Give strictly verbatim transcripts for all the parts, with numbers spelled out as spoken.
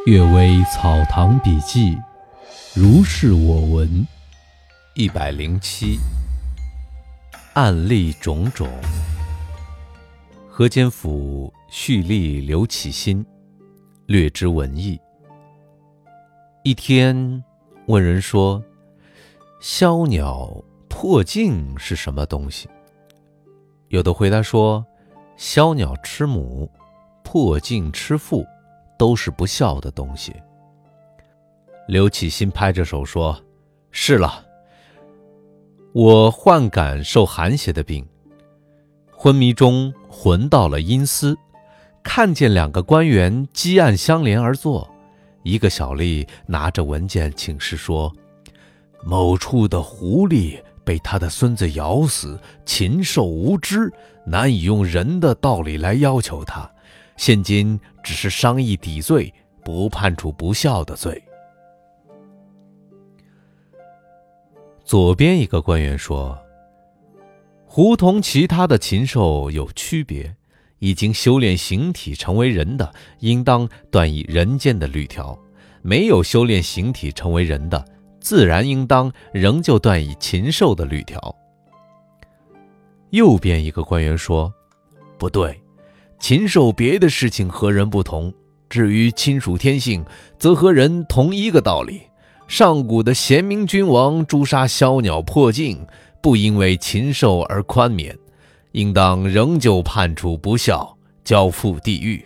阅微草堂笔记，如是我闻。 一百零七，案例种种。河间府蓄吏刘启新，略知文艺。一天问人说，枭鸟破镜是什么东西？有的回答说，枭鸟吃母，破镜吃父，都是不孝的东西。刘启新拍着手说，是了，我患感受寒邪的病，昏迷中魂到了阴司，看见两个官员积案相连而坐，一个小吏拿着文件请示说，某处的狐狸被他的孙子咬死，禽兽无知，难以用人的道理来要求他，现今只是商议抵罪，不判处不孝的罪。左边一个官员说，狐同其他的禽兽有区别，已经修炼形体成为人的，应当断以人间的律条；没有修炼形体成为人的，自然应当仍旧断以禽兽的律条。右边一个官员说，不对，禽兽别的事情和人不同，至于亲属天性，则和人同一个道理。上古的贤明君王诛杀枭鸟破镜，不因为禽兽而宽免，应当仍旧判处不孝，交付地狱。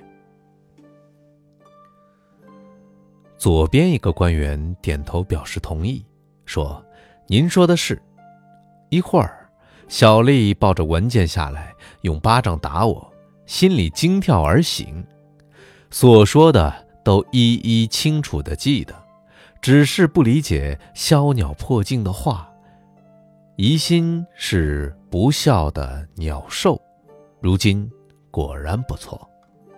左边一个官员点头表示同意，说，您说的是。一会儿小吏抱着文件下来，用巴掌打我，心里惊跳而醒，所说的都一一清楚地记得，只是不理解枭鸟破镜的话，疑心是不孝的鸟兽，如今果然不错。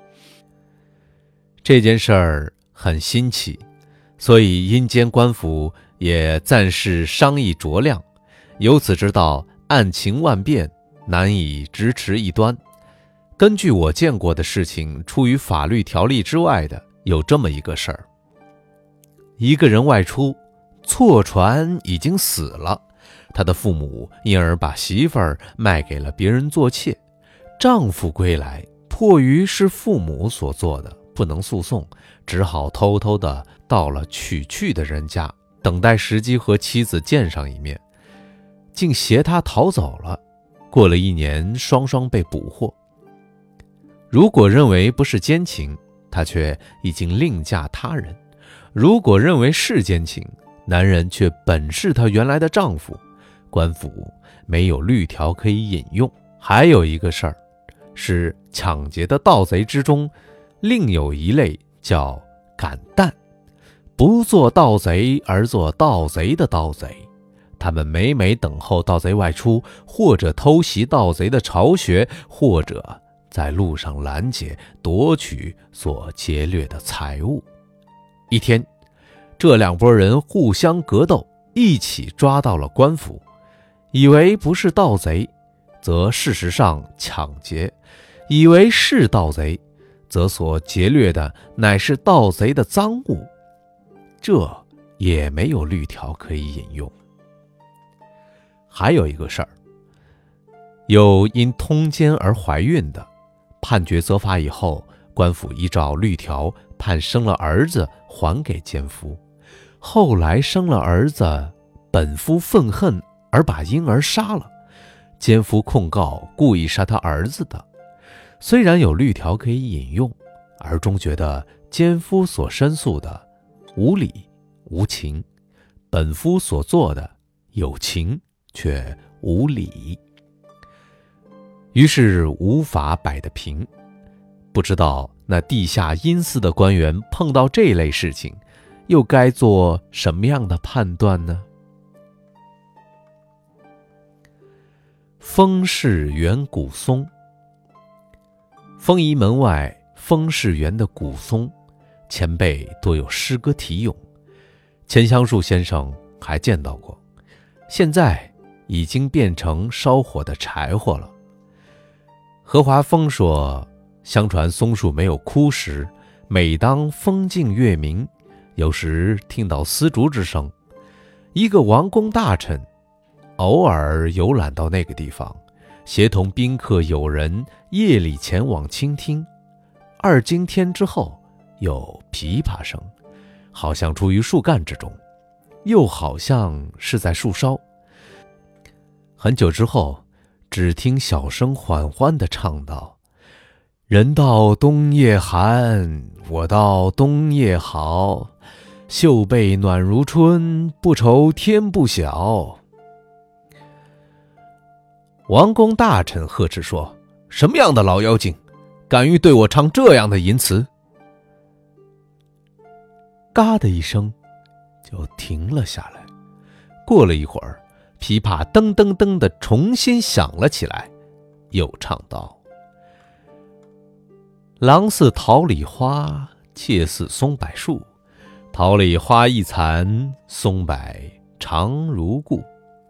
这件事儿很新奇，所以阴间官府也暂时商议酌量，由此知道案情万变，难以直持一端。根据我见过的事情，出于法律条例之外的，有这么一个事儿。一个人外出，错船已经死了，他的父母因而把媳妇儿卖给了别人做妾，丈夫归来，迫于是父母所做的，不能诉讼，只好偷偷的到了娶去的人家，等待时机和妻子见上一面，竟携他逃走了。过了一年，双双被捕获。如果认为不是奸情，他却已经另嫁他人；如果认为是奸情，男人却本是她原来的丈夫，官府没有律条可以引用。还有一个事儿，是抢劫的盗贼之中，另有一类叫赶旦，不做盗贼而做盗贼的盗贼。他们每每等候盗贼外出，或者偷袭盗贼的巢穴，或者在路上拦截夺取所劫掠的财物。一天，这两拨人互相格斗，一起抓到了官府，以为不是盗贼，则事实上抢劫；以为是盗贼，则所劫掠的乃是盗贼的赃物，这也没有律条可以引用。还有一个事儿，有因通奸而怀孕的，判决责罚以后，官府依照律条判生了儿子还给奸夫。后来生了儿子，本夫愤恨而把婴儿杀了，奸夫控告故意杀他儿子的。虽然有律条可以引用，而终觉得奸夫所申诉的无理无情，本夫所做的有情却无理，于是无法摆得平。不知道那地下阴司的官员碰到这类事情，又该做什么样的判断呢？封氏园古松。丰仪门外封氏园的古松，前辈多有诗歌题咏，钱香树先生还见到过，现在已经变成烧火的柴火了。何华峰说，相传松树没有枯时， 每当风静月明，有时听到丝竹之声，一个王公大臣偶尔游览到那个地方，协同宾客友人夜里前往倾听。二更天之后，有琵琶声，好像出于树干之中，又好像是在树梢。很久之后，只听小声缓缓地唱道：人道冬夜寒，我道冬夜好，袖背暖如春，不愁天不晓。王公大臣呵斥说：什么样的老妖精，敢于对我唱这样的淫词？嘎的一声就停了下来。过了一会儿，琵琶噔噔噔地重新响了起来，又唱道：郎似桃李花，妾似松柏树，桃李花一残，松柏长如故。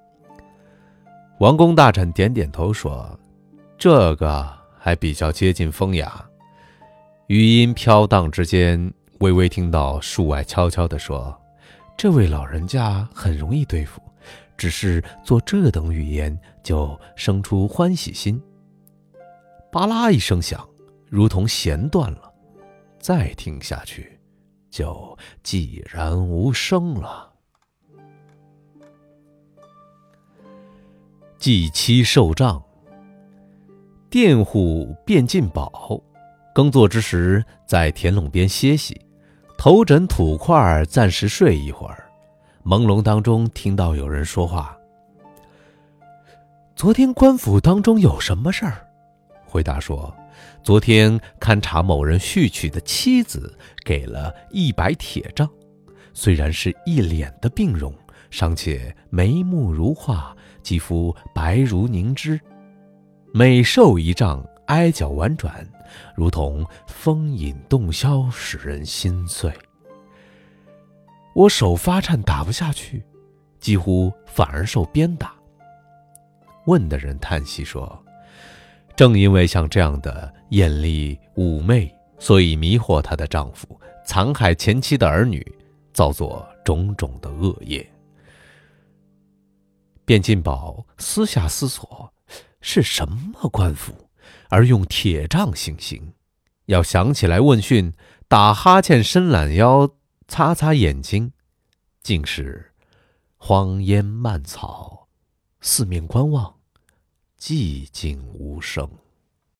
王公大臣点点头说：这个还比较接近风雅。余音飘荡之间，微微听到树外悄悄地说：这位老人家很容易对付，只是做这等语言就生出欢喜心。巴拉一声响，如同弦断了，再听下去就寂然无声了。祭妻受杖。佃户卞进宝耕作之时，在田垄边歇息，头枕土块，暂时睡一会儿。朦胧当中听到有人说话：昨天官府当中有什么事儿？回答说：昨天勘察某人续娶的妻子给了一百铁杖，虽然是一脸的病容，尚且眉目如画，肌肤白如凝脂，每受一杖，挨脚婉转，如同风饮洞箫，使人心碎。我手发颤，打不下去，几乎反而受鞭打。问的人叹息说：正因为像这样的艳丽妩媚，所以迷惑她的丈夫，残害前妻的儿女，造作种种的恶业。卞进宝私下思索，是什么官府而用铁杖行刑？要想起来问讯，打哈欠，伸懒腰，擦擦眼睛，竟是荒烟蔓草，四面观望，寂静无声。